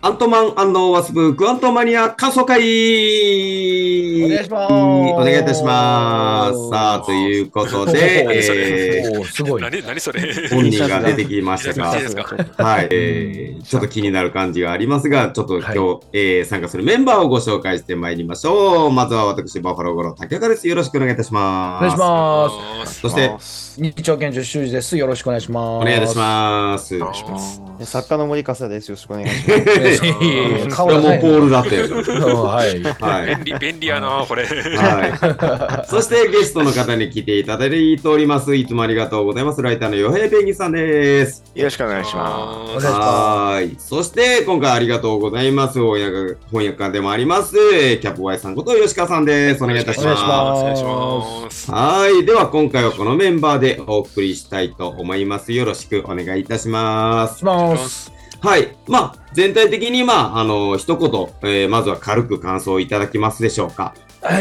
アントマンワスプクアントマニア感想会お願いしまお願いいたします。さあ、とーす。 いうこと何それ。 で、 すごい。 何それ。 本 T シ人ャツが。 が出てきましいいですか、いいたが、 ですか。 ちょっと。 はい、ちょっと気にちゃんと。 なる感じがありますが、ちょっとはい。 今日、参加するメンバーをご紹介してまいりましょう。まずは私、バファローゴロ竹岡です。よろしくお願いいたしお願いします。 ます。 お願いしそして、 ます。 日朝研修修二です。よろしくお願いしお願いいたします。 ます。 お願いします。 作家の森笠です。よろしくお願いします。 いやいやいや、 それはもうポ顔出さへんールだったよ。 はい。 はい。 便利やな、これ。 はい。そしてゲストの方に来ていただいております。いつもありがとうございます。ライターのヨヘイペンギさんです。 よろしくお願いしおま願いしまはい。そして今回ありがとうございます。翻訳家でもあります。キャップワイさんこと吉川さんです。お願いいたしお願いしまお願いします。 ます。 す。はい。では今回はこのメンバーでお送りしたいと思います。よろしくお願いいたします。 します。 はい。全体的に、一言、まずは軽く感想をいただきますでしょうか。 はい。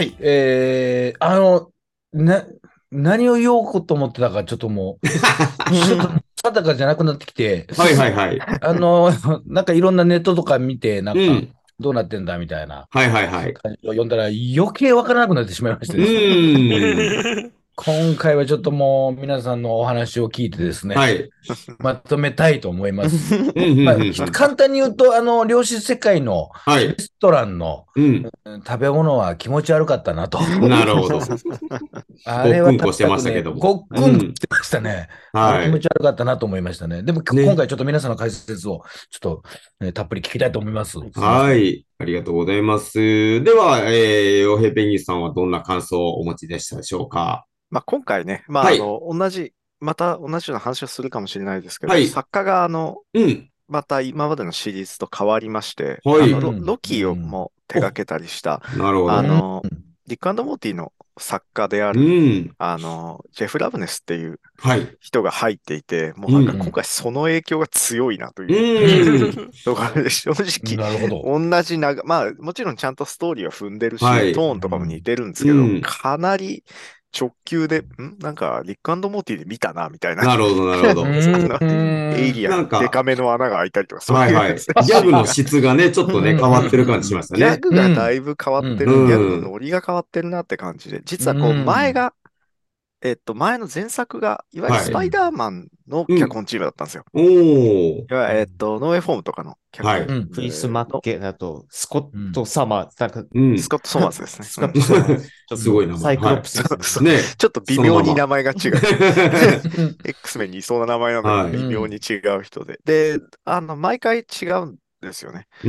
な、何を言おうと思ってたか、ちょっともう、ちょっと定かじゃなくなってきて、 はいはいはい。 なんかいろんなネットとか見て、なんか、 うん。 どうなってんだみたいなはいはいはい。 感じを読んだら、余計わからなくなってしまいましてうですね。 ーん。 今回はちょっともう皆さんのお話を聞いてですね、 はい。 まとめたいと思います。 うん、うん、 まあ、 うん、うん。 簡単に言うと、量子世界のはい。 レストランのうん。 食べ物は気持ち悪かったなと。 なるほど。 あれはごっくんこして確かね、 ましたけども。 ごっくうん。 んとしてましたね。あれ気はい。 持ち悪かったなと思いましたね。でも今ね。 回ちょっと皆さんの解説をちょっと、たっぷり聞きたいと思います。すいません。 はい。ありがとうございます。では、洋平ペンギンさんはどんな感想をお持ちでしたでしょうか。 今回ね、 はい。 また同じような話をするかもしれないですけど、 はい。 作家がうん。 また今までのシリーズと変わりまして、 はい。 ロキをうん。 も手掛お、 けたりした、 なるほど。 あうん。 の、リックモーティの作家であうる、 ん。 ジェフ・ラブネスっていうはい。 人が入っていて、もううん。 なんか今回その影響が強いなとういうん。 ところで、正直、 なるほど。 同じもちろんちゃんとストーリーは踏んでるし、 はい。 トーンとかも似てるんですけど、 うん。 かなり直球で、なんか、リックモーティで見たな、みたいな。 なるほど、なるほうど。 ーん。 エイリアン、デなんか、 カめの穴が開いたりとか、そういうはいはい。ギャグの質がね、ちょっとね、変わってる感じしましたね。 ギャグがだいぶ変わってうん。 る、ギャグうん。 のノリが変わってるなって感じで、実うはこう、 ん。 前の前作が、いわゆるはい。 スパイダーマンのうん。 脚本チームだったんですよ。 おー。 いわゆるノーウェイフォームとかの脚はい。 本うんのクリス・マッケだと、スコット・サマーズ、なんか、 うん。 スコット・ソマーズですね。 スコット・サマーズ、ちょっとすごい名前。 サイクロはプスですね。 そうい。ね。 ちょっと微妙に名そのまま。 前が違う。 うん。 X メンにいそうな名前なんだけど、 はい。 微妙に違う人で。で、毎回違うんですよね。 うん。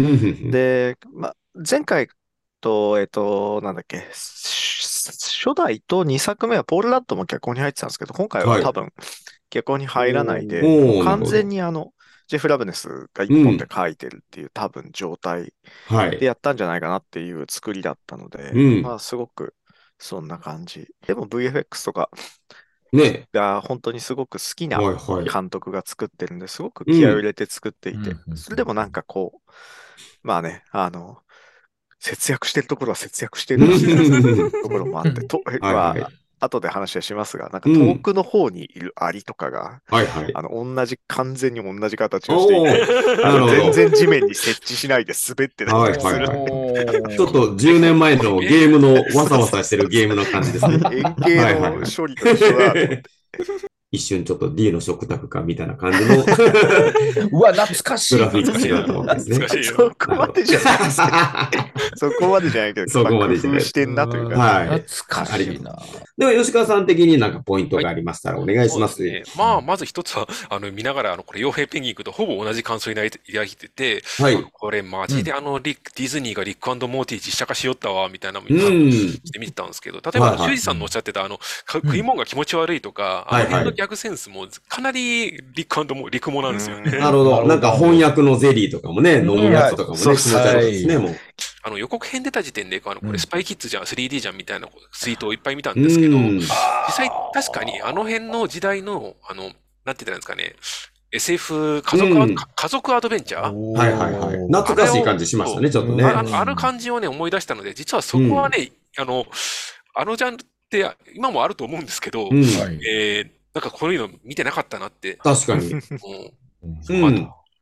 で、前回と、なんだっけ、初代と2作目はポール・ラッドも脚本に入ってたんですけど、今回ははい。 多分脚本に入らないで、もうおー、なる完ほど。 全にジェフ・ラブネスが一本でうん。 書いてるっていう多分状態はい。 でやったんじゃないかなっていう作りだったので、 うん。 すごくそんな感じ。でも VFX とかね。 が本当にすごく好きなはいはい。 監督が作ってるんで、すごくうん。 気合を入れて作っていて、 うん。 それでもなんかこう、まあね、節約してるところは節約してうるなっていうん。 ところもあって、 はいはい。 後で話はしますが、なんか遠うん。 くの方にいるアリとかが、 はいはい。 完全に同じ形をしていて、 おー、なるほ全ど。 然地面に設置しないで滑ってたりはとかする。 いはいはい。ちょっおー。 と10年前のゲームのわさわさしてるそうゲームの感じですね。 円形のはいはいはい。 処理と一緒だと思って。 一瞬ちょっと D の食卓かみたいな感じのグうわ、懐かしい。 ラフィックスだったわけですね。 懐かしいよ。 そこなるほど。 までじゃないですけど、そこまでじゃないけど、 そこま工でじゃない。 夫してんなという感じ。 はい。 懐かありがとう。 しいな。 では、吉川さん的になんかポイントはい。 がありましたらお願いします。 そうですね。まず一つは、見ながら、これ、傭兵ペンギン君とほぼ同じ感想に抱いてて、 はい。 これ、マジでうん。 ディズニーがリックモーティ実写化しよったわ、みたいなのうをん。 して見てたんですけど、例えば、 はいはい。 修二さんのおっしゃってた、食いうん。 物が気持ち悪いとか、あのはいはい。 辺のギャグセンスも、かなりリクモなうんですよね。 ーん。 なるほど。 なるほど、 なんかなるほど。 翻訳のゼリーとかもね、 う飲むん。 やはい、 つとかもね、 そう気持ちそう。 悪かったですね、 はい。 もう。 予告編出た時点で、これスうん。 パイキッズじゃん、3D じゃんみたいなツイートをいっぱい見たうんですけど、 ん。 実際あ確かにあの辺の時代の、なんて言ったらいいんですかね、SF うん。 家族アドベンチあ。 ャーはいはいはい。 おー。 懐かしい感あれを、 じしましたね、ちょっとうね。 あるん。 感じをね、思い出したので、実はそこはうん。 ね、あのジャンルって今もあると思うんですけど、 うん。 はい。 なんかこういうの見てなかったなって、 確かに。 うん、 うん。 うまあ、 ん。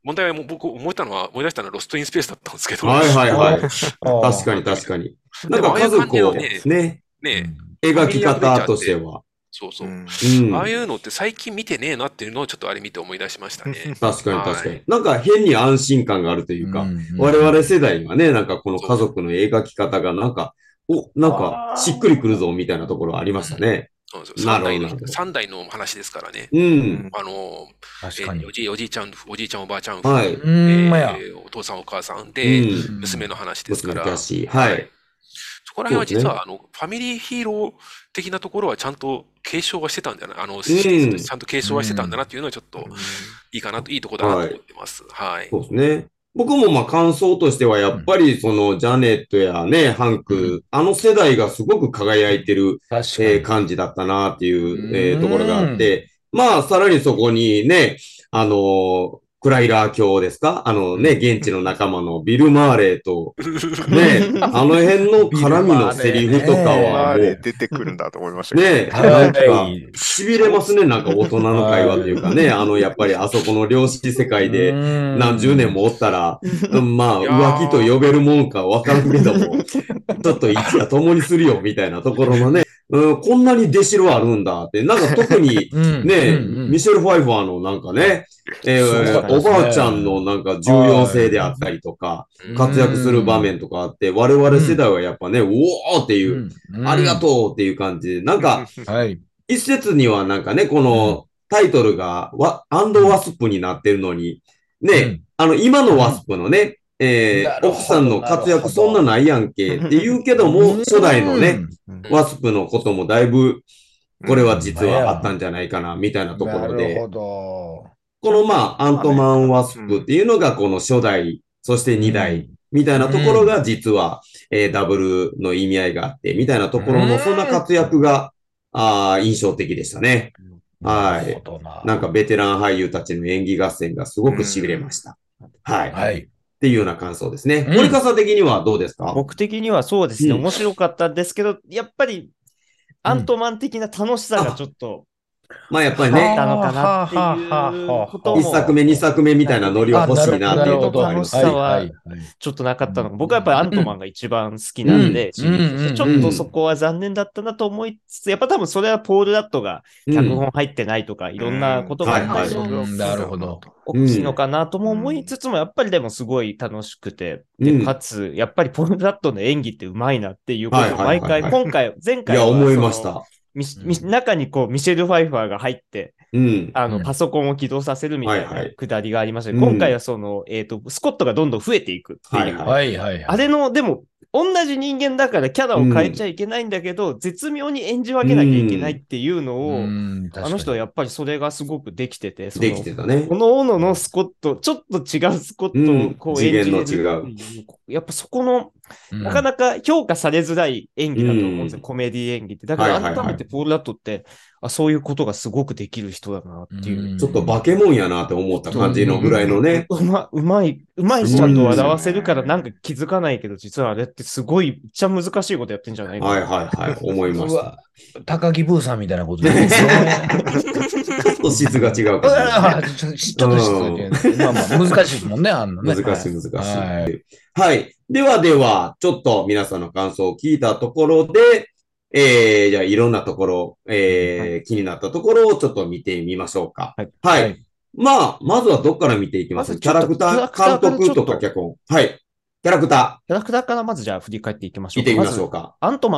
問題はもう僕思い出したのはロストインスペースだったんですけど、 はいはいはい。 あ確かに確かに。なんかでもああいう感家族をじのね、 ね、 ね、 描き方としては。 そうそう。 うん。 ああいうのって最近見てねえなっていうのをちょっとあれ見て思い出しましたね。 確かに確かにはい。 なんか変に安心感があるというか、我々世代にはね、なんかこの家族の描き方がなんか、なんかしっくりくるぞみたいなところありましたね。 そうなんですよ。 なるほど、なるほど。 三代の話ですからね。 うん。 確かに。 おじいちゃん、おばあちゃん夫婦、 はい。 まや。 お父さんお母さんうで、 ん。 娘の話です娘から、 のキャッシー。はい。 そこら辺は実そうは、ファミリーヒーロー的なところはちゃんと継承はしてたんじゃないシリーズとしてちゃんと継承はしてたんだなっていうのはちょっといいとこだなと思ってます。はい。 そうですね。僕もまあ感想としては、やっぱりそのジャネットやね、ハンク、あの世代がすごく輝いてる、 確かに。 感じだったなっていう、ところがあって、まあさらにそこにね、クライラー卿ですか現地の仲間のビル・マーレーと、ね、あの辺の絡みのセリフとかはもう、 出てくるんだと思いましたけど。 ね、なんか、痺れますね、なんか大人の会話というかね、やっぱりあそこの量子世界で何十年もおったら、まあ、浮気と呼べるもんかわからんけども、ちょっと一夜共にするよ、みたいなところのね、こんなに出代あるんだって、なんか特にね、ミシェル・ファイファーのなんかね、おばあちゃんのなんか重要性であったりとか、活躍する場面とかあって、我々世代はやっぱね、おーっていう、ありがとうっていう感じで、なんか、一説にはなんかね、このタイトルがアンドワスプになってるのに、ね、今のワスプのね、奥さんの活躍そんなないやんけって言うけども、初代のね、ワスプのこともだいぶ、これは実はあったんじゃないかな、みたいなところで、このまあ、アントマン・ワスプっていうのがこの初代、そして2代、みたいなところが実は、ダブルの意味合いがあって、みたいなところの、そんな活躍が、印象的でしたね。はい。なんかベテラン俳優たちの演技合戦がすごく痺れました。はい。はい。っていうような感想ですね。森川さん的にはどうですか？ 僕的にはそうですね、面白かったんですけど、やっぱりアントマン的な楽しさがちょっと、 まあやっぱりね、 たのかなっていうことも。 1作目、2作目みたいなノリは欲しいなっていうところあります。 楽しさはちょっとなかったのが、僕はやっぱりアントマンが一番好きなんで、シリーズでちょっとそこは残念だったなと思いつつ、やっぱ多分それはポール・ラットが脚本入ってないとか、いろんなことがあって、 なるほど。 大きいのかなとも思いつつも、やっぱりでもすごい楽しくて、でかつ、やっぱりポール・ラットの演技ってうまいなっていうことを毎回、前回は思いました。 中にこうミシェル・ファイファーが入って、パソコンを起動させるみたいなくだりがありました。今回はその、スコットがどんどん増えていくっていう。あれの、でも、同じ人間だからキャラを変えちゃいけないんだけど、絶妙に演じ分けなきゃいけないっていうのを、あの人はやっぱりそれがすごくできてて、 できてたね。 この斧のスコット、ちょっと違うスコットをこう演じれる次元の違う。 やっぱそこの、なかなか評価されづらい演技だと思うんですよ、コメディ演技って。だから改めてポール・ラットって、そういうことがすごくできる人だなっていう。 ちょっと化け物やなって思った感じのぐらいのね。 うまいしちゃんと笑わせるからなんか気づかないけど、実はあれってすごい、めっちゃ難しいことやってんじゃないかな。 思いました。 高木ブーさんみたいなことですね。 ちょっと質が違うかも。ちょっと質が違う。まあまあ、難しいですもんね、あんなね。 難しい。はい。では、ちょっと皆さんの感想を聞いたところで、じゃあいろんなところ、気になったところをちょっと見てみましょうか。はい。まずはどっから見ていきますか？キャラクター、監督とか脚本。はい。キャラクターからまずじゃあ振り返っていきましょうか。 見てみましょうか。 アントマン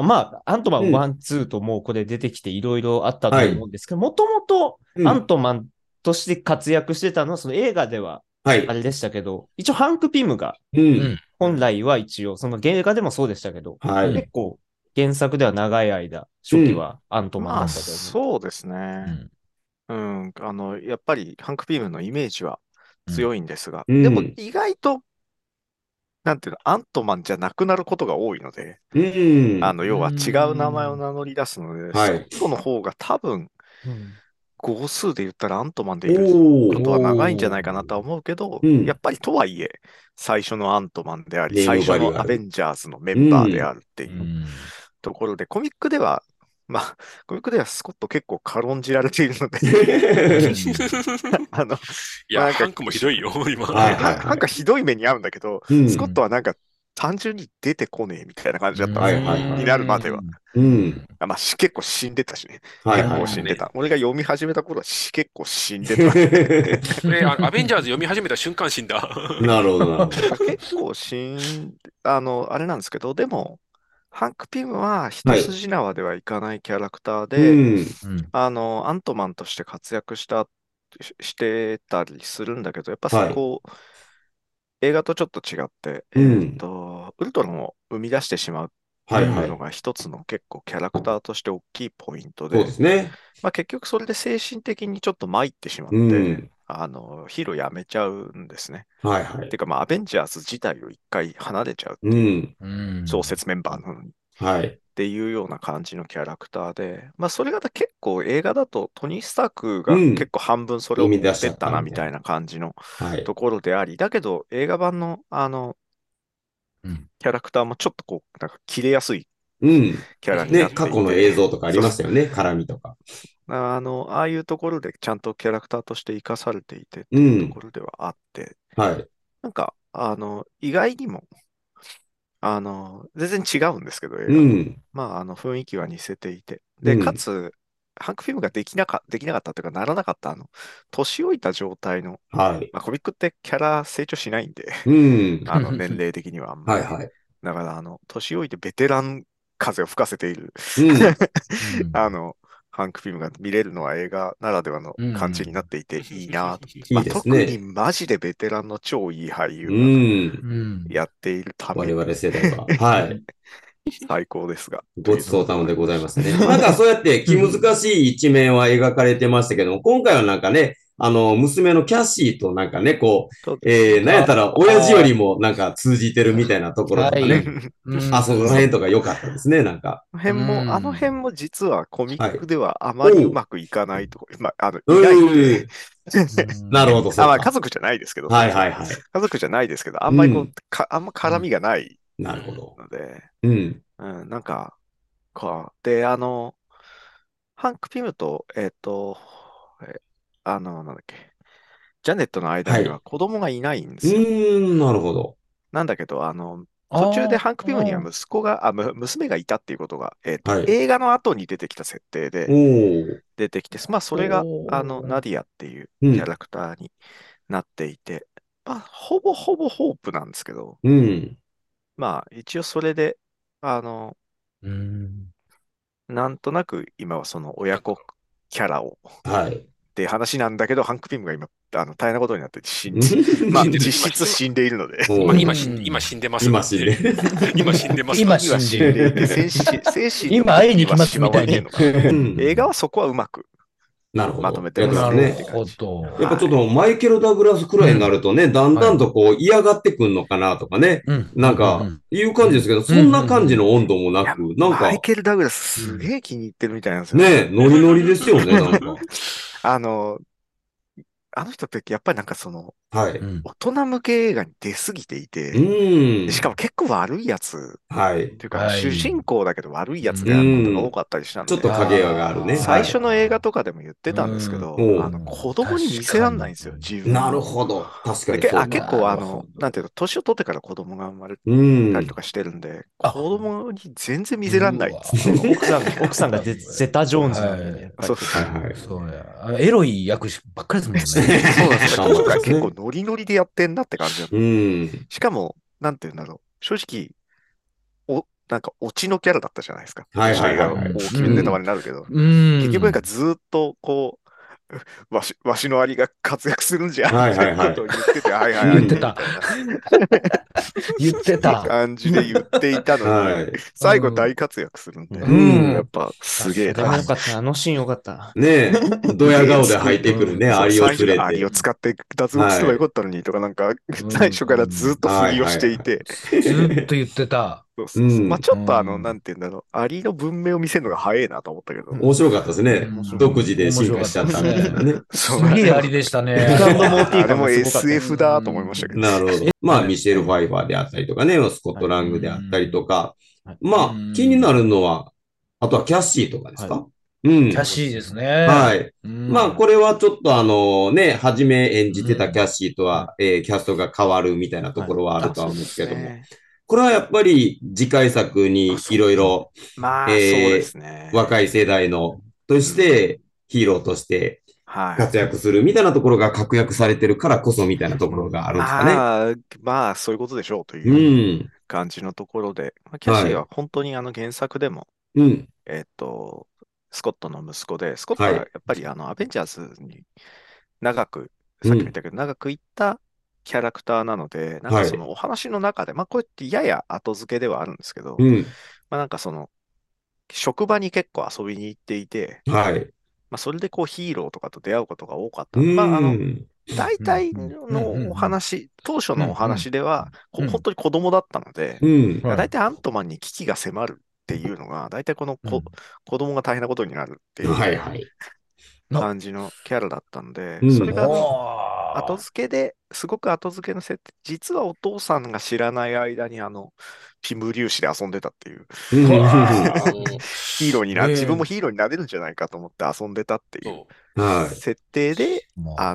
1、2ともうこれ出てきていろいろあったと思うんですけど、もともとアントマンとして活躍してたのは、その映画では、あれでしたけど、一応ハンク・ピムが、本来は一応、その映画でもそうでしたけど、結構原作では長い間、初期はアントマンだったと思う。 そうですね。やっぱりハンク・ピムのイメージは強いんですが、でも意外と、なんていうの、アントマンじゃなくなることが多いので、要は違う名前を名乗り出すので、スコットの方が多分、号数で言ったらアントマンでいることは長いんじゃないかなとは思うけど、やっぱりとはいえ、最初のアントマンであり、最初のアベンジャーズのメンバーであるっていうところで、コミックではまあ、コミックではスコット結構軽んじられているのでいや、ハンクもひどいよ、今。 ハンクはひどい目に遭うんだけど、スコットはなんか単純に出てこねえみたいな感じだったんですよ。になるまでは。まあ、結構死んでたしね。結構死んでた。俺が読み始めた頃は結構死んでた。 アベンジャーズ読み始めた瞬間死んだ。 なるほど。 結構あれなんですけど、でも、ハンク・ピムは一筋縄ではいかないキャラクターで、アントマンとして活躍してたりするんだけど、やっぱそこ、映画とちょっと違って、ウルトラを生み出してしまうっていうのが一つの結構キャラクターとして大きいポイントで、 そうですね。 まあ結局それで精神的にちょっと参ってしまって、ヒーローやめちゃうんですね。っていうか、まあアベンジャーズ自体を一回離れちゃうっていう、創設メンバーなのに。っていうような感じのキャラクターで、まあそれが結構映画だとトニー・スタークが結構半分それを持ってったなみたいな感じのところであり、だけど映画版のキャラクターもちょっとこう、なんか切れやすいキャラになっていて、 過去の映像とかありましたよね、絡みとか。 ああいうところでちゃんとキャラクターとして生かされていてっていうところではあって、なんか、意外にも、全然違うんですけど、映画と。まあ、雰囲気は似せていて。で、かつ、ハンクフィルムができなかったというか、ならなかった、年老いた状態の、まあ、コミックってキャラ成長しないんで、年齢的にはあんまり。だから、年老いてベテラン風を吹かせている、ハンクフィルムが見れるのは映画ならではの感じになっていていいなと。特にマジでベテランの超いい俳優がやっているために。 我々世代は。はい。 最高ですが。 ごちそうさまでございますね。なんかそうやって気難しい一面は描かれてましたけども、今回はなんかね、娘のキャッシーとなんかね、こう、なんやったら親父よりもなんか通じてるみたいなところとかね。そこら辺とか良かったですね、なんか。 あの辺も実はコミックではあまりうまくいかないところ、まあ、いないんで。 なるほど、 まあ、家族じゃないですけど。 家族じゃないですけど、あんまりあんま絡みがない。 なるほど。 ので、なんか、で、ハンク・ピムと、なんだっけ、ジャネットの間には子供がいないんですよ。 なるほど。 なんだけど、途中でハンク・ピムには娘がいたっていうことが、映画の後に出てきた設定で出てきて、まあ、それが、ナディアっていうキャラクターになっていて、まあ、ほぼホープなんですけど、まあ、一応それで、なんとなく今はその親子キャラを、って話なんだけど、ハンク・ピムが今、大変なことになってまあ、実質死んでいるので。 今死んでます。 今死んでる。 今死んでます。 今死んでいて、精神今会いに行きますみたいに。 映画はそこはうまく。 なるほど。 まとめてるなるほど。やっぱちょっとマイケル・ダグラスくらいになるとね、だんだんとこう嫌がってくんのかなとかね。なんか、いう感じですけど、そんな感じの温度もなく、なんか。 マイケル・ダグラスすげえ気に入ってるみたいなんですよね。ノリノリですよね、なんか。 あの人ってやっぱりなんかその、 はい。 大人向け映画に出すぎていて、しかも結構悪いやつ。 はい。 っていうか、主人公だけど悪いやつであることが多かったりしたんで。 ちょっと影があるね。 最初の映画とかでも言ってたんですけど、子供に見せらんないんですよ、自分。 なるほど。確かにそう。 結構なんていうの、年を取ってから子供が生まれたりとかしてるんで、子供に全然見せらんない。 奥さんがゼタ・ジョーンズなんでね。 そうや。エロい役ばっかりですもんね。 そうなんですよ。今回結構ノリノリでやってんなって感じだった。しかも、なんていうんだろう。正直、なんかオチのキャラだったじゃないですか。大きめネタバレになるけど。結局なんかずっとこう、わしのアリが活躍するんじゃんってことを言ってて、 言ってた。言ってた。 感じで言っていたのに、最後大活躍するんで、やっぱすげえな。 よかった。あのシーンよかった。 ねえ、ドヤ顔で入ってくるね、アリを連れて。 アリを使って脱獄すればよかったのにとか、なんか、最初からずっと振りをしていて。 ずっと言ってた。 まあちょっとなんて言うんだろう、アリの文明を見せるのが早いなと思ったけど。 面白かったですね。独自で進化しちゃったみたいなね。 すげえアリでしたね。 あれも SF だと思いましたけど。 なるほど。まあミシェル・ファイバーであったりとかね、スコット・ラングであったりとか。まあ気になるのは、 あとはキャッシーとかですか？ キャッシーですね。 はい。まあ、これはちょっと初め演じてたキャッシーとは、キャストが変わるみたいなところはあるとは思うんですけども、これはやっぱり次回作にいろいろ、若い世代の、として、ヒーローとして活躍するみたいなところが確約されてるからこそみたいなところがあるんですかね。 まあ、そういうことでしょうという感じのところで、キャッシーは本当に原作でも、スコットの息子で、スコットはやっぱりアベンジャーズに長く、さっきも言ったけど、長くいったキャラクターなので、なんかそのお話の中で、まあこうやってやや後付けではあるんですけど、まあなんかその、職場に結構遊びに行っていて、まあそれでこうヒーローとかと出会うことが多かったので、まあ大体のお話、当初のお話では、本当に子供だったので、大体アントマンに危機が迫るっていうのが、大体この子供が大変なことになるっていう感じのキャラだったんで、それが後付けで、すごく後付けの設定、実はお父さんが知らない間にピム粒子で遊んでたっていう、ヒーローに自分もヒーローになれるんじゃないかと思って遊んでたっていう設定で、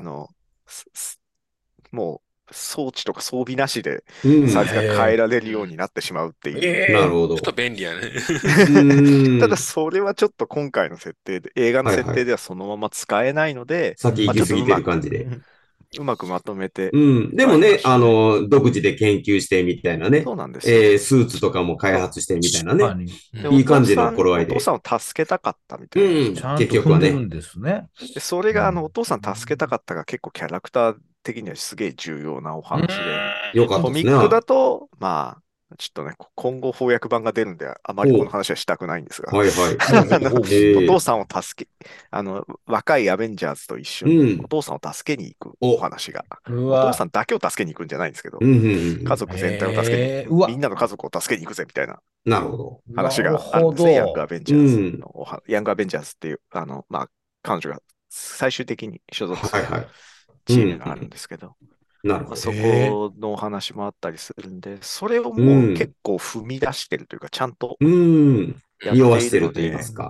もう装置とか装備なしでサイズが変えられるようになってしまうっていう。 なるほど。 ちょっと便利やね。 ただそれはちょっと今回の設定で、映画の設定ではそのまま使えないので、 先行き過ぎてる感じで。 うまくまとめて。 でもね、独自で研究してみたいなね。 そうなんですよ。 スーツとかも開発してみたいなね。いい感じの頃合いで。 お父さんを助けたかったみたいな。結局はね。 それがお父さん助けたかったが結構キャラクター的にはすげえ重要なお話で。 よかったですね。 コミックだと、まあ、ちょっとね、今後翻訳版が出るんで、あまりこの話はしたくないんですが、お父さんを助け、若いアベンジャーズと一緒にお父さんを助けに行くお話が、お父さんだけを助けに行くんじゃないんですけど、家族全体を助けに行く、みんなの家族を助けに行くぜみたいな話があるんですね、ヤングアベンジャーズの、ヤングアベンジャーズっていう、まあ、彼女が最終的に所属するチームがあるんですけど、そこのお話もあったりするんで、それをもう結構踏み出してるというか、ちゃんと匂わしてると言いますか。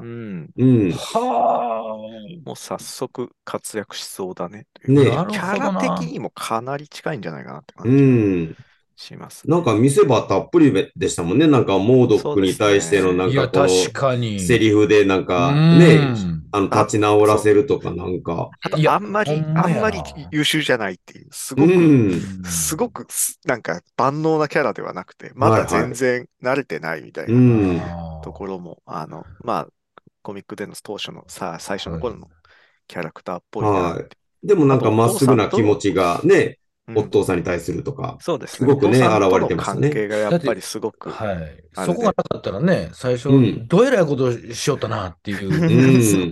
もう早速活躍しそうだねという。キャラ的にもかなり近いんじゃないかなって感じします。 なんか見せ場たっぷりでしたもんね。なんかモードックに対してのなんかこのセリフでなんかね、立ち直らせるとかなんか。 あんまり優秀じゃないっていう、すごくなんか万能なキャラではなくて、まだ全然慣れてないみたいなところも、まあ、コミックでの当初の最初の頃のキャラクターっぽいなって。 でもなんかまっすぐな気持ちがね、お父さんに対するとか、 そうですね。すごくね、現れてましたね。 関係がやっぱりすごく。 はい。そこがなかったらね、最初、どえらいことしよったなっていう。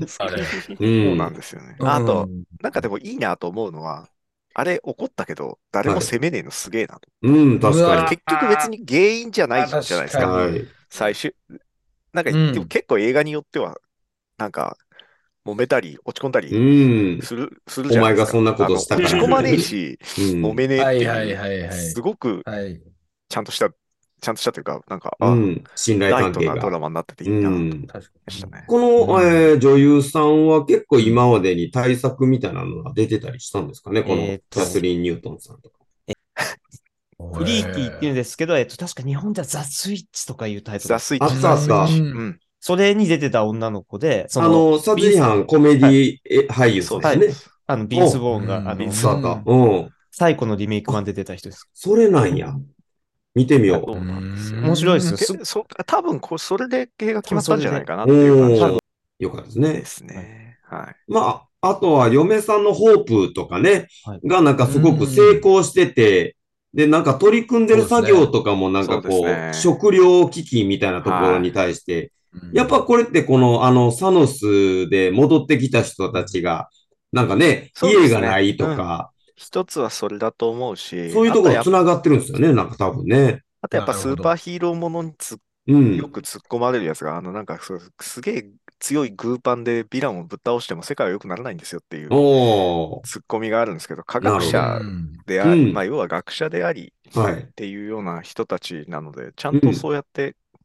そうなんですよね。あと、なんかでもいいなと思うのは、あれ怒ったけど、誰も責めねえのすげえなと。 確かに。 結局別に原因じゃないじゃないですか。最終。なんか、でも結構映画によっては、なんか、揉めたり、落ち込んだりするじゃないですか。 お前がそんなことしたから。 落ち込まねえし、揉めねえっていう、すごく、ちゃんとしたというか、なんか、 信頼関係が。 ライトなドラマになってていいなと思いましたね。 この、女優さんは結構今までに大作みたいなのが出てたりしたんですかね、このキャスリー・ニュートンさんとか。 フリーティーっていうんですけど、確か日本ではザ・スイッチとかいうタイトル。 ザ・スイッチ。 あった。 それに出てた女の子で、 殺人犯コメディ俳優さんですね。ビンス・ボーンが、最古のリメイク版で出た人です。 それなんや。見てみよう。 面白いですよ。 多分それで映画決まったんじゃないかなっていう感じ。 よかったですね。 ですね。はい。 まあ、あとは嫁さんのホープとかね、がなんかすごく成功してて、で、なんか取り組んでる作業とかもなんかこう、食料危機みたいなところに対して、やっぱこれってこのサノスで戻ってきた人たちが、なんかね、家がないとか、 一つはそれだと思うし、 そういうところ繋がってるんですよね、なんか多分ね。 あとやっぱスーパーヒーローものによく突っ込まれるやつが、なんかすげえ強いグーパンでヴィランをぶっ倒しても世界は良くならないんですよっていうツッコミがあるんですけど、科学者であり、まあ要は学者でありっていうような人たちなので、ちゃんとそうやって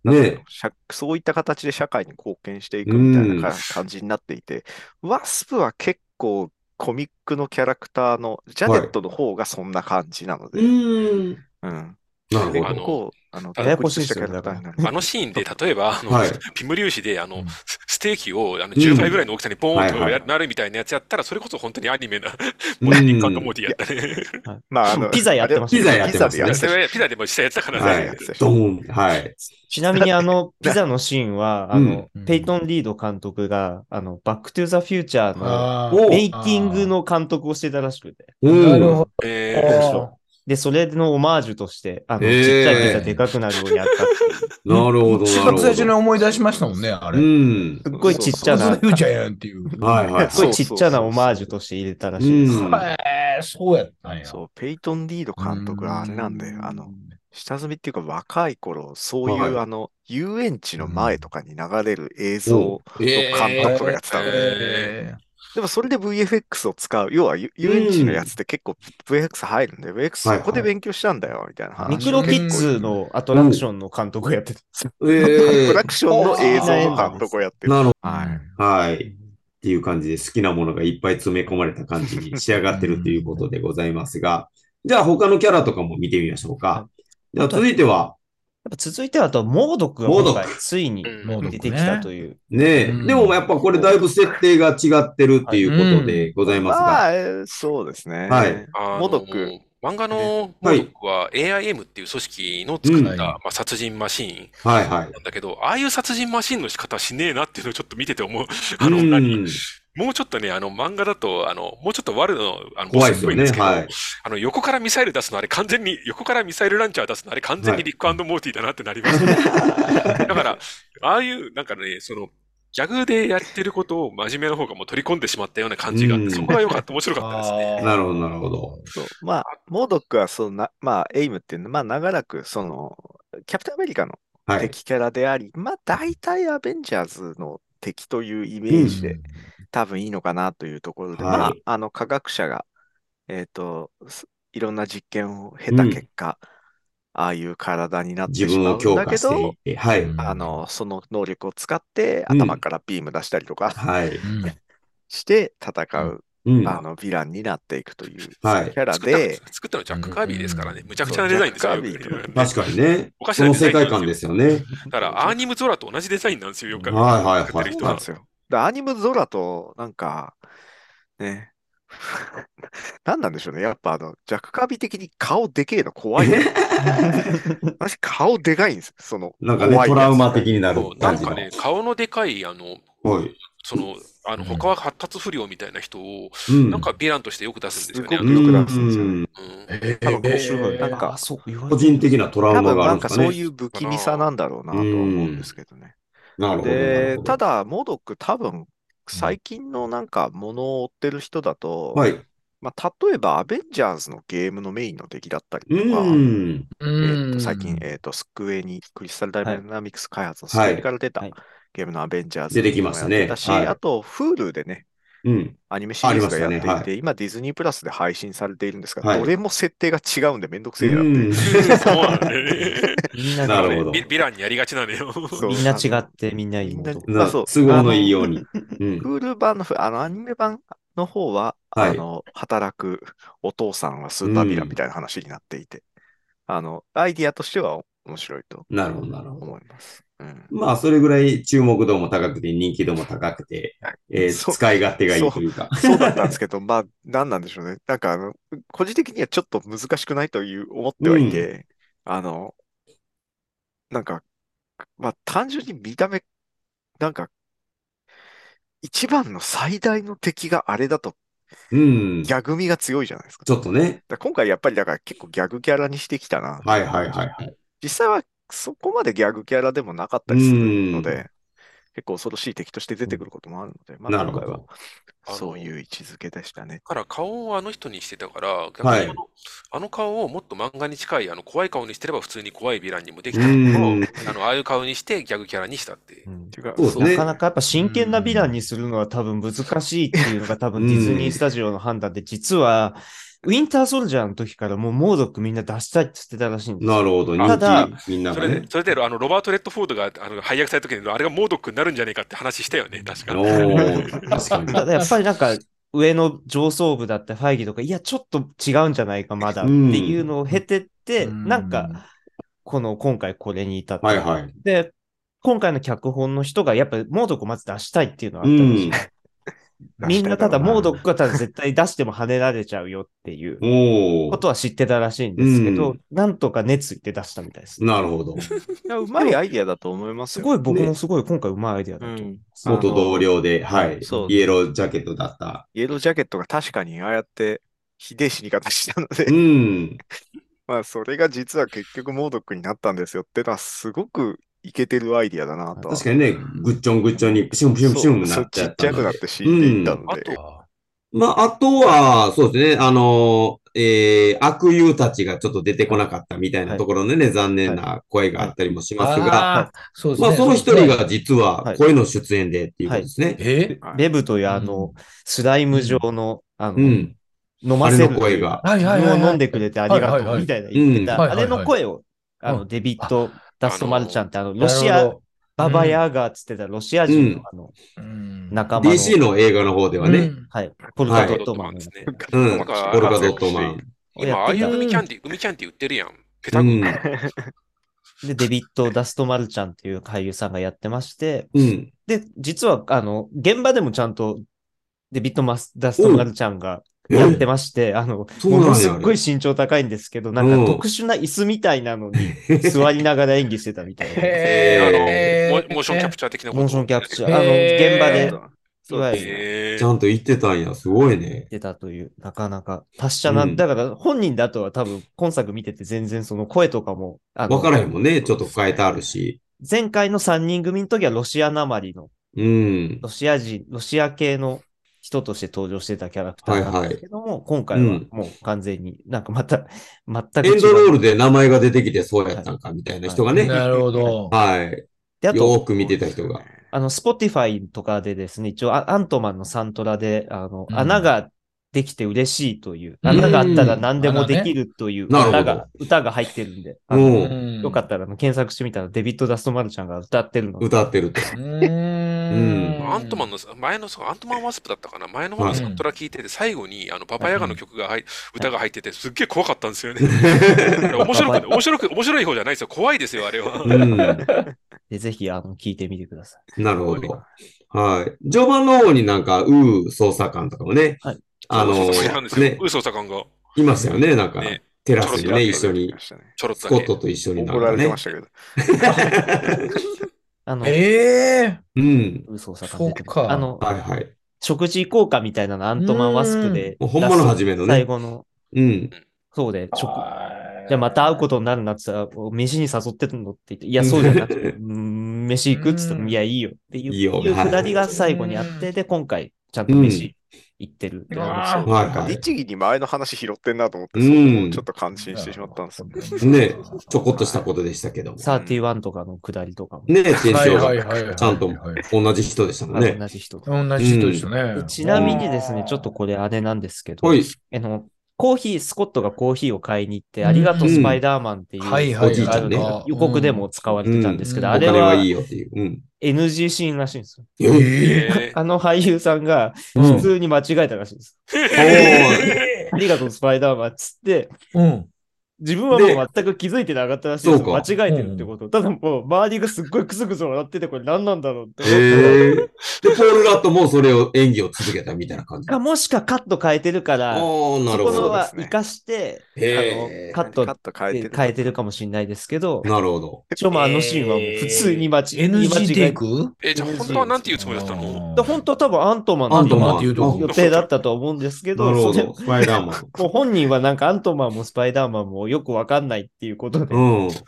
ね、 そういった形で社会に貢献していくみたいな感じになっていて、ワスプは結構コミックのキャラクターの、ジャネットの方がそんな感じなので、 なるほど。 ややこしいですよね。 あのシーンで、例えば、ピム粒子で、ステーキを10倍ぐらいの大きさにポーンとなるみたいなやつやったら、それこそ本当にアニメな、モデリカントモディやったね。 まあ、ピザやってました。 ピザやってましたね。ピザでも実際やってたからね。 はい。 ちなみにピザのシーンは、ペイトン・リード監督が、バック・トゥ・ザ・フューチャーのメイキングの監督をしてたらしくて。 なるほど。 で、それのオマージュとして、ちっちゃいピザでかくなるようにやったっていう。 なるほど。 一番最初に思い出しましたもんね、あれ。 すっごいちっちゃな。 フューチャーやんっていう。 すごいちっちゃなオマージュとして入れたらしいです。 そうやったんや。 そう、ペイトン・リード監督があれなんで、下積みっていうか若い頃、そういう遊園地の前とかに流れる映像の監督とかやってたので、でもそれで VFX を使う。要は遊園地のやつって結構 VFX 入るんで、VFX そこで勉強したんだよ、みたいな話。 ミクロキッズのアトラクションの監督をやってたんですよ。 アトラクションの映像の監督をやってる。 なるほど。はい。っていう感じで好きなものがいっぱい詰め込まれた感じに仕上がってるということでございますが、じゃあ他のキャラとかも見てみましょうか。じゃあ続いては、 続いてはモードックが今回ついに出てきたという。 ねえ。でもやっぱこれだいぶ設定が違ってるっていうことでございますが。 まあ、そうですね。 はい。 モードック。漫画のモードックは AIM っていう組織の作った殺人マシーンなんだけど、ああいう殺人マシーンの仕方しねえなっていうのをちょっと見てて思う。もうちょっとね、漫画だと、もうちょっと悪の、 怖いですよね。はい。 横からミサイル出すのあれ完全に、横からミサイルランチャー出すのあれ完全にリック&モーティーだなってなりますね。だから、ああいう、なんかね、ギャグでやってることを真面目な方がもう取り込んでしまったような感じがあって、そこが良かった、面白かったですね。 なるほど、なるほど。 そう。まあ、モードックは、まあ、エイムっていうのは、まあ、長らく、キャプテンアメリカの敵キャラであり、まあ、大体アベンジャーズの敵というイメージで、多分いいのかなというところで、まあ、科学者が、いろんな実験を経た結果、ああいう体になってしまうんだけど、その能力を使って頭からビーム出したりとか、して戦う、ヴィランになっていくというキャラで。 作ったのジャック・カービーですからね。むちゃくちゃなデザインですよ。 確かにね。おかしな世界観ですよね。 だから、アーニム・ゾラと同じデザインなんですよ、よくそうなんですよ。アニム・ゾラと、なんか、ね、何なんでしょうね。やっぱジャック・カービー的に顔でけえの怖い。私、顔でかいんですよ。 なんかね、トラウマ的になるなんかね、顔のでかい、他は発達不良みたいな人を、なんかヴィランとしてよく出すんですよね。 よく出すんですよ。面白い。なんか、 個人的なトラウマがあるんですかね。 なんかそういう不気味さなんだろうなとは思うんですけどね。 なるほど。 で、ただ、モドック多分、最近のなんかものを追ってる人だと、まあ、例えばアベンジャーズのゲームのメインの敵だったりとか、最近、スクエニ、クリスタルダイナミクス開発のスクエニから出たゲームのアベンジャーズ出てきましたね。 あと、Hulu でね、アニメシリーズがやっていて、今ディズニープラスで配信されているんですが、どれも設定が違うんでめんどくせえなって。 そうなんだね。 なるほど。 ヴィランにやりがちなのよ。 みんな違ってみんないいもの。都合のいいように。 Hulu 版の、アニメ版の方は、働くお父さんはスーパーヴィランみたいな話になっていて、アイディアとしては面白いと思います。 まあ、それぐらい注目度も高くて、人気度も高くて、使い勝手がいいというか。 そうだったんですけど、まあ、何なんでしょうね。なんか、個人的にはちょっと難しくないと思ってはいて、なんか、まあ、単純に見た目、なんか、一番の最大の敵があれだと、ギャグ味が強いじゃないですか。 ちょっとね。 今回やっぱりだから結構ギャグキャラにしてきたな。実際はそこまでギャグキャラでもなかったりするので、結構恐ろしい敵として出てくることもあるので、まあ今回はそういう位置づけでしたね。 だから顔をあの人にしてたから、逆にあの顔をもっと漫画に近い怖い顔にしてれば普通に怖いヴィランにもできたのを、ああいう顔にしてギャグキャラにしたって。 なかなかやっぱ真剣なヴィランにするのは多分難しいっていうのが多分ディズニースタジオの判断で、実はウィンターソルジャーの時からもうモードックみんな出したいって言ってたらしいんですよ。 なるほど。 ただ、 みんながね。 それで、ロバート・レッドフォードが配役された時に、あれがモードックになるんじゃねえかって話したよね、確かに。確かに。 ただやっぱりなんか、上の上層部だったファイギーとか、いや、ちょっと違うんじゃないか、まだっていうのを経てって、なんか、今回これに至った。 はいはい。 で、今回の脚本の人が、やっぱりモードックをまず出したいっていうのがあったらしい。みんなただモードックはただ絶対出しても跳ねられちゃうよっていうことは知ってたらしいんですけど、なんとか熱意って出したみたいです。 なるほど。 うまいアイディアだと思いますよ。 すごい僕もすごい今回うまいアイディアだと思います。 元同僚で、はい。イエロージャケットだった。 イエロージャケットが確かにああやってひでえ死に方したので、まあそれが実は結局モードックになったんですよってのはすごくいけてるアイディアだなと。 確かにね、ぐっちょんぐっちょんにプシュンプシュンプシュンになっちゃった。 ちっちゃくなって死んでいったので。 まあ、あとは、そうですね、悪友たちがちょっと出てこなかったみたいなところでね、残念な声があったりもしますが、まあ、その一人が実は声の出演でっていうことですね。 レブというスライム状の、飲ませる声が、自分を飲んでくれてありがとうみたいな言ってた、あれの声を、デビッド・ダストマルちゃんってロシア、ババヤーガーっつってたロシア人の仲間の。 DC の映画の方ではね。 はい。ポルカドットマンですね。 ポルカドットマン。 今、ああいう海キャンディ売ってるやん。ペタグで、デビッド・ダストマルちゃんっていう俳優さんがやってまして、で、実は、現場でもちゃんと、デビッド・ダストマルちゃんがやってまして、ものすっごい身長高いんですけど、なんか特殊な椅子みたいなのに座りながら演技してたみたいな。 モーションキャプチャー的なこと。 モーションキャプチャー。現場で、いわゆる。 ちゃんと言ってたんや、すごいね。 言ってたという、なかなか達者な、だから本人だとは多分今作見てて全然その声とかも。 わからへんもんね、ちょっと変えてあるし。 前回の3人組の時はロシアなまりの、ロシア系の人として登場してたキャラクターなんですけども、今回はもう完全になんか全くエンドロールで名前が出てきてそうやったんかみたいな人がね。 なるほど。 はい。よーく見てた人が。 Spotify とかでですね、一応アントマンのサントラで、穴ができて嬉しいという、穴があったら何でもできるという歌が入ってるんで、よかったら検索してみたらデビッド・ダストマルちゃんが歌ってるの。 歌ってると。 アントマンの、前の、アントマンワスプだったかな、前の方のサントラ聞いてて、最後に、ババヤガの曲が歌が入ってて、すっげえ怖かったんですよね。面白い方じゃないですよ。怖いですよ、あれは。 でぜひ、聞いてみてください。なるほど。はい。序盤の方になんか、捜査官とかもね。 はい。捜査官が。 いましたよね、なんか。テラスにね、一緒に。スコットと一緒に。 怒られてましたけど。 捜査官出てます。食事行こうかみたいなのアントマンワスプで。 ほんまの初めのね。 最後の。そうで、じゃあまた会うことになるなって言ったら、飯に誘ってるのって言って、いや、そうじゃなくて、飯行くって言ったら、いや、いいよっていうくだりが最後にあって、で、今回、ちゃんと飯行ってるって律儀に前の話拾ってんなと思って、ちょっと感心してしまったんですよね。ちょこっとしたことでしたけど。 31とかのくだりとかも。 ね、店長がちゃんと同じ人でしたもんね。 同じ人でしたね。 ちなみにですね、ちょっとこれあれなんですけど、スコットがコーヒーを買いに行って、ありがとうスパイダーマンっていう予告でも使われてたんですけど、あれは NG シーンらしいんですよ。俳優さんが普通に間違えたらしいんです。ありがとうスパイダーマンっつって、自分はもう全く気づいてなかったらしいです。間違えてるってこと。ただもう周りがすっごいクスクス笑ってて、これ何なんだろうって。 で、ポール・ラットもそれを演技を続けたみたいな感じ。 もしかカット変えてるから、そこは活かして、カット変えてるかもしれないですけど、 なるほど。 一応シーンはもう普通に NG テイク？ じゃあ本当はなんて言うつもりだったの？ 本当は多分アントマンっていう予定だったと思うんですけど、 なるほど。スパイダーマン。 もう本人はなんかアントマンもスパイダーマンもよくわかんないっていうことで。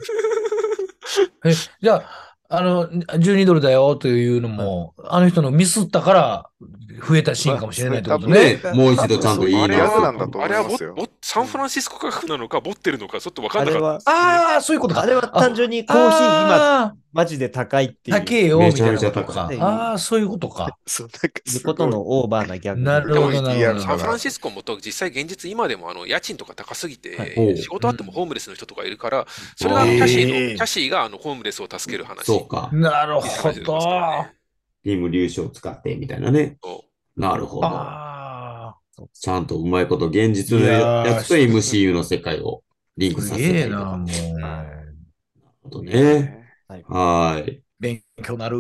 じゃあ、12ドルだよというのも、あの人のミスったから増えたシーンかもしれないってことね。 もう一度ちゃんと言い直す。 あれはサンフランシスコ価格なのか、ボッテルのか、ちょっと分かんなかったですね。 ああ、そういうことか。 あれは単純にコーヒー今、マジで高いっていう。 高えよ、みたいなことか。 めちゃめちゃ高いああ、そういうことか。 そう、なんかいうことのオーバーなギャグ。 なるほど、なるほど。 サンフランシスコも実際現実今でも家賃とか高すぎて、仕事あってもホームレスの人とかいるから、それがキャシーがホームレスを助ける話。 そうか。 なるほど。 リム粒子を使ってみたいなね。なるほど。ちゃんとうまいこと現実のやつと MCU の世界をリンクさせていると。なるほどね。はい。 勉強なる。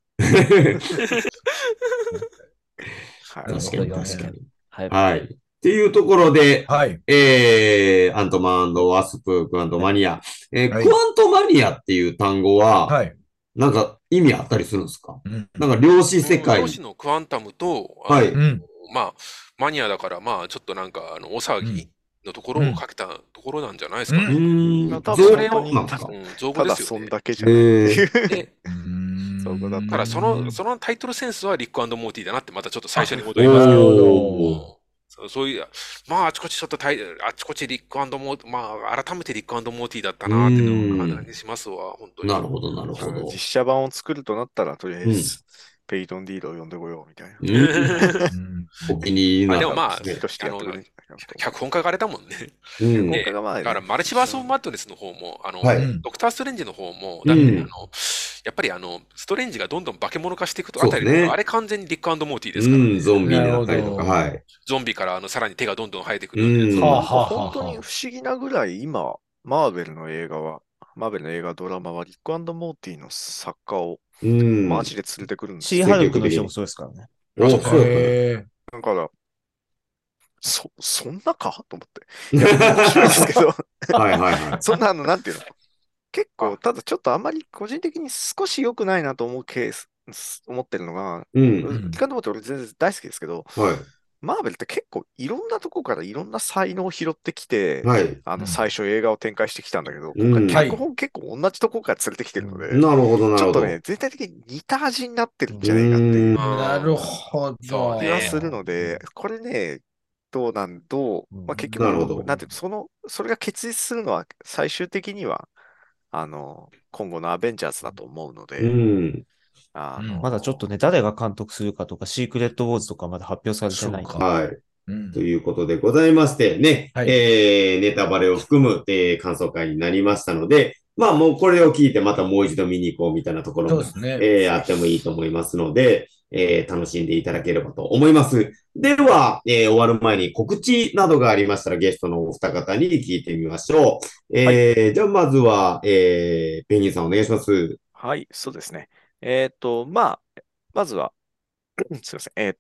確かに確かに。はい。っていうところで、 はい。 アントマン&ワスプ、クワントマニア。クワントマニアっていう単語は、はい。なんか意味あったりするんですか？なんか量子世界。 量子のクワンタムと、 はい。 まあ、マニアだから、まあ、ちょっとなんか、大騒ぎのところをかけたところなんじゃないですかね。 それを、ただそんだけじゃないっていう。 ただ、そのタイトルセンスはリック&モーティーだなってまたちょっと最初に戻りますけど。そういう、まあ、あちこちちょっとあちこちリック&モーティー、まあ、改めてリック&モーティーだったなっていうのを感じしますわ、本当に。 なるほど、なるほど。 実写版を作るとなったら、とりあえず、ペイトン・ディードを呼んでこようみたいな。 お気に入りな。 でもまあ、脚本家があれだもんね。だから、マルチバース・オブ・マッドネスの方も、ドクター・ストレンジの方も、だって、やっぱりストレンジがどんどん化け物化していくとあたり、あれ完全にリック&モーティーですからね。 ゾンビになったりとか、はい。 ゾンビからさらに手がどんどん生えてくるんで。 本当に不思議なぐらい今、マーベルの映画、ドラマはリック&モーティーの作家をマジで連れてくるんですよ。シーハルクの人もそうですからね。 だから、そんなかと思って。いや、面白いですけど。 はいはいはい。 そんななんていうの結構、ただちょっとあんまり個人的に少し良くないなと思ってるのが、リック&モーティー俺全然大好きですけど、マーベルって結構いろんなとこからいろんな才能を拾ってきて、最初映画を展開してきたんだけど、今回脚本結構同じとこから連れてきてるので、 なるほど、なるほど。 ちょっとね、全体的に似た味になってるんじゃないかっていうなるほど。 気はするので、これね、まあ、結局、なんていうの、それが結実するのは最終的には、今後のアベンジャーズだと思うので、 まだちょっとね、誰が監督するかとか、シークレットウォーズとかまだ発表されてないか。 はい。ということでございましてね、ネタバレを含む、感想会になりましたので、まあもうこれを聞いてまたもう一度見に行こうみたいなところも、あってもいいと思いますので、楽しんでいただければと思います。では、終わる前に告知などがありましたらゲストのお二方に聞いてみましょう。じゃあまずは、ペンギンさんお願いします。 はい、そうですね。まずは、すいません。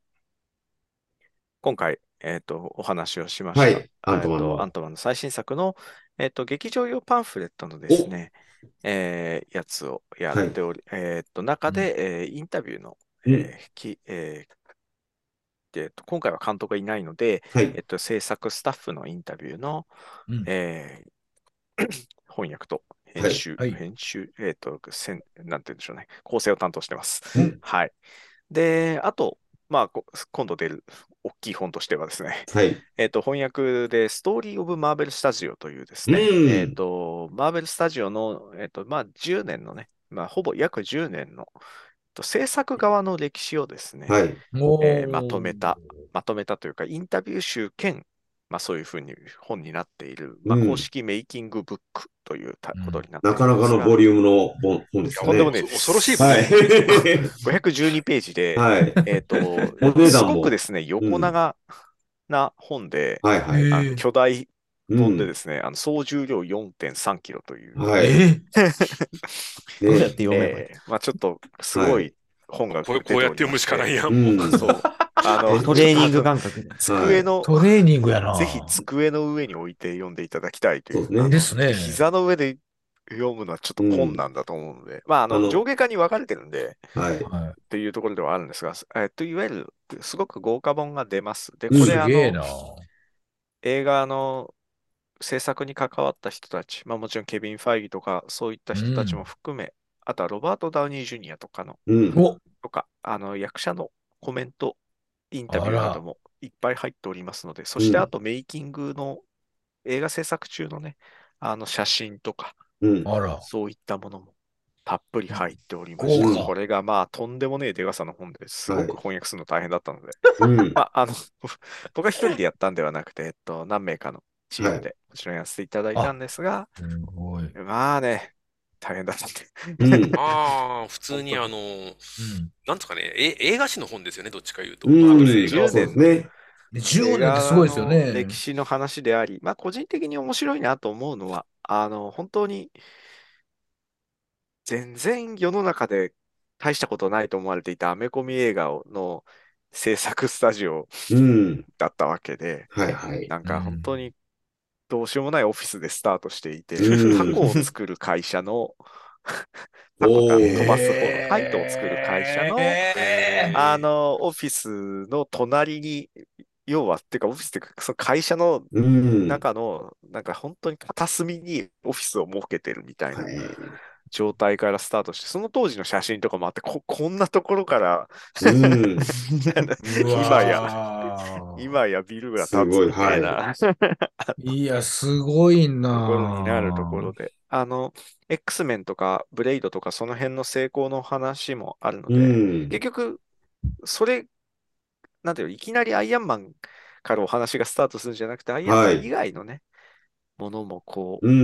今回、お話をしました。アントマンの最新作の、劇場用パンフレットのですね、やつをやっており、中で、インタビューの、今回は監督がいないので、制作スタッフのインタビューの、翻訳と編集、なんて言うんでしょうね、構成を担当してます。はい。で、あと、まあ、今度出る大きい本としてはですね、翻訳でストーリー・オブ・マーベル・スタジオというですね、マーベル・スタジオの、10年のね、ほぼ約10年の制作側の歴史をですね、まとめたというか、インタビュー集兼、そういうふうに本になっている、公式メイキングブックということになっていますが、 なかなかのボリュームの本ですね。 とんでもね、 恐ろしい本です。512ページで、すごくですね、横長な本で、巨大本でですね、総重量 4.3 キロという。 どうやって読めばちょっとすごい本がこうやって読むしかないやん。 トレーニング感覚で。 机の、 トレーニングやな。 ぜひ机の上に置いて読んでいただきたいという。 ですね。 膝の上で読むのはちょっと困難だと思うので、上下巻に分かれてるんで、っていうところではあるんですが、いわゆるすごく豪華本が出ます。で、これ映画の制作に関わった人たち、もちろんケビン・ファイギとかそういった人たちも含め、あとはロバート・ダウニー・ジュニアとかとか、役者のコメント、インタビューなどもいっぱい入っておりますので、そしてあとメイキングの映画制作中のね、写真とか、そういったものもたっぷり入っておりまして、これがまあとんでもねえでかさの本ですごく翻訳するの大変だったので、まあ、僕は一人でやったんではなくて、何名かのチームでもちろんやらせていただいたんですが、まあね、大変だったんで。 まあ、普通になんですかね、映画史の本ですよね、どっちか言うと。 10年ね。 10年ってすごいですよね。 歴史の話であり、まあ個人的に面白いなと思うのは、本当に全然世の中で大したことないと思われていたアメコミ映画の制作スタジオだったわけで、なんか本当にどうしようもないオフィスでスタートしていて、タコを作る会社の、タコが飛ばす方のカイトを作る会社の、オフィスの隣に、要は、っていうか、オフィスっていうか、その会社の中の、なんか本当に片隅にオフィスを設けてるみたいな状態からスタートして、その当時の写真とかもあって、こんなところから今やビルが建つみたいな。 いや、すごいな。 ところになるところで。X メンとかブレイドとかその辺の成功の話もあるので、結局、それ、なんていうの、いきなりアイアンマンからお話がスタートするんじゃなくて、アイアンマン以外のね、ものもこう、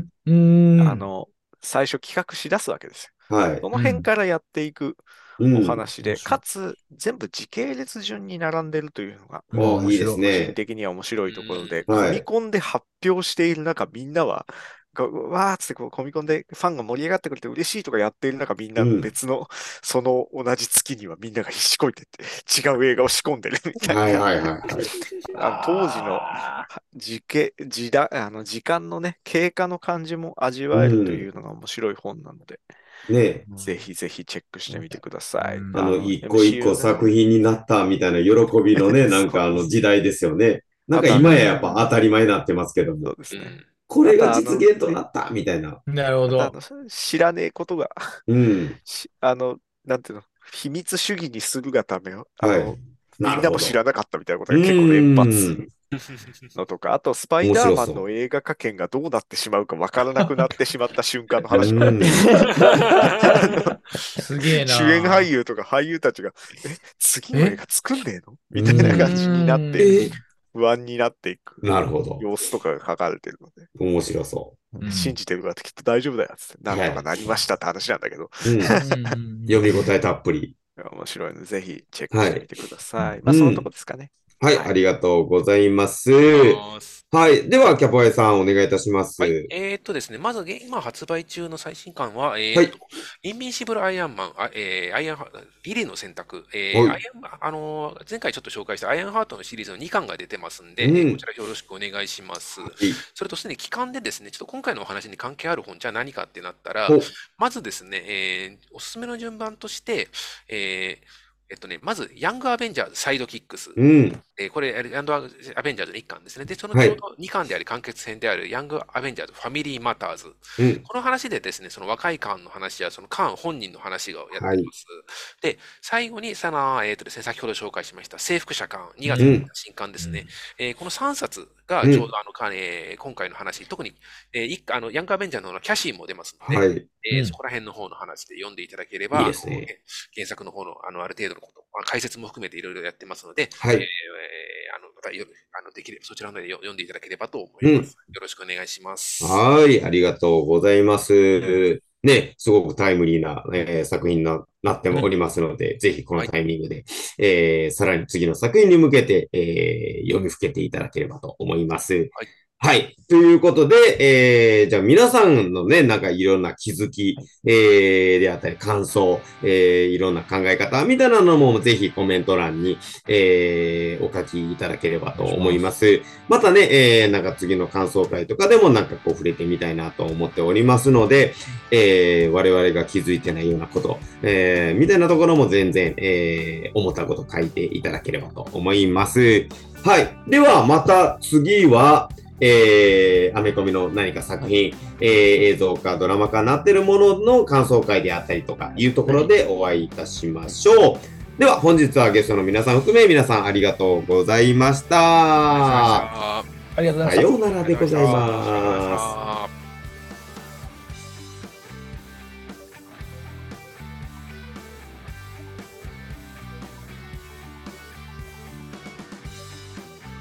最初企画し出すわけですよ。その辺からやっていくお話で、かつ全部時系列順に並んでるというのが、個人的には面白いところで、コミコンで発表している中、みんなは、わーっつってこうコミコンでファンが盛り上がってくれて嬉しいとかやっている中、みんな別の、その同じ月にはみんながひしこいてって違う映画を仕込んでるみたいな。当時の時間のね、経過の感じも味わえるというのが面白い本なので、ぜひぜひチェックしてみてください。 一個一個作品になったみたいな喜びのね、なんか時代ですよね。なんか今ややっぱ当たり前になってますけども。 そうですね。 これが実現となったみたいな。 なるほど。 知らねえことが、なんていうの、秘密主義にするがため、みんなも知らなかったみたいなことが結構連発するのとか、あとスパイダーマンの映画化権がどうなってしまうかわからなくなってしまった瞬間の話もすげえな。 主演俳優とか俳優たちが、次の映画作んねえのみたいな感じになって、不安になっていく様子とかが書かれてるので。 面白そう。 信じてるからってきっと大丈夫だよって。なんとかなりましたって話なんだけど。 読み応えたっぷり。 面白いので、ぜひチェックしてみてください。まあ、そのとこですかね。 はい、ありがとうございます。はい。では、キャポエさん、お願いいたします。 ですね、まず、今発売中の最新刊は、インビンシブル・アイアンマン、リリーの選択、前回ちょっと紹介したアイアンハートのシリーズの2巻が出てますんで、こちらよろしくお願いします。それとすでに期間でですね、ちょっと今回のお話に関係ある本、じゃあ何かってなったら、まずですね、おすすめの順番として、まず、ヤングアベンジャーズサイドキックス。これ、ヤングアベンジャーズの1巻ですね。で、そのちょうど2巻であり、完結編であるヤングアベンジャーズファミリーマターズ。この話でですね、その若いカーンの話や、そのカーン本人の話をやっています。で、最後に、先ほど紹介しました、征服者カーン、2月の新刊ですね。この3冊がちょうど今回の話、特に、ヤングアベンジャーのキャシーも出ますので、そこら辺の方の話で読んでいただければ、原作の方のある程度のこと、解説も含めていろいろやってますので、またできればそちらの方で読んでいただければと思います。よろしくお願いします。 はい、ありがとうございます。ね、すごくタイムリーな、作品になっておりますので、ぜひこのタイミングで、さらに次の作品に向けて、読みふけていただければと思います。はい。ということで、じゃあ皆さんのね、なんかいろんな気づき、であったり感想、いろんな考え方みたいなのもぜひコメント欄に、お書きいただければと思います。またね、なんか次の感想会とかでもなんかこう触れてみたいなと思っておりますので、我々が気づいてないようなこと、みたいなところも全然、思ったこと書いていただければと思います。はい。では、また次は、アメコミの何か作品、映像かドラマかなってるものの感想会であったりとかいうところでお会いいたしましょう。では本日はゲストの皆さん含め皆さんありがとうございました。 あありがとうございました。 さようならでございます。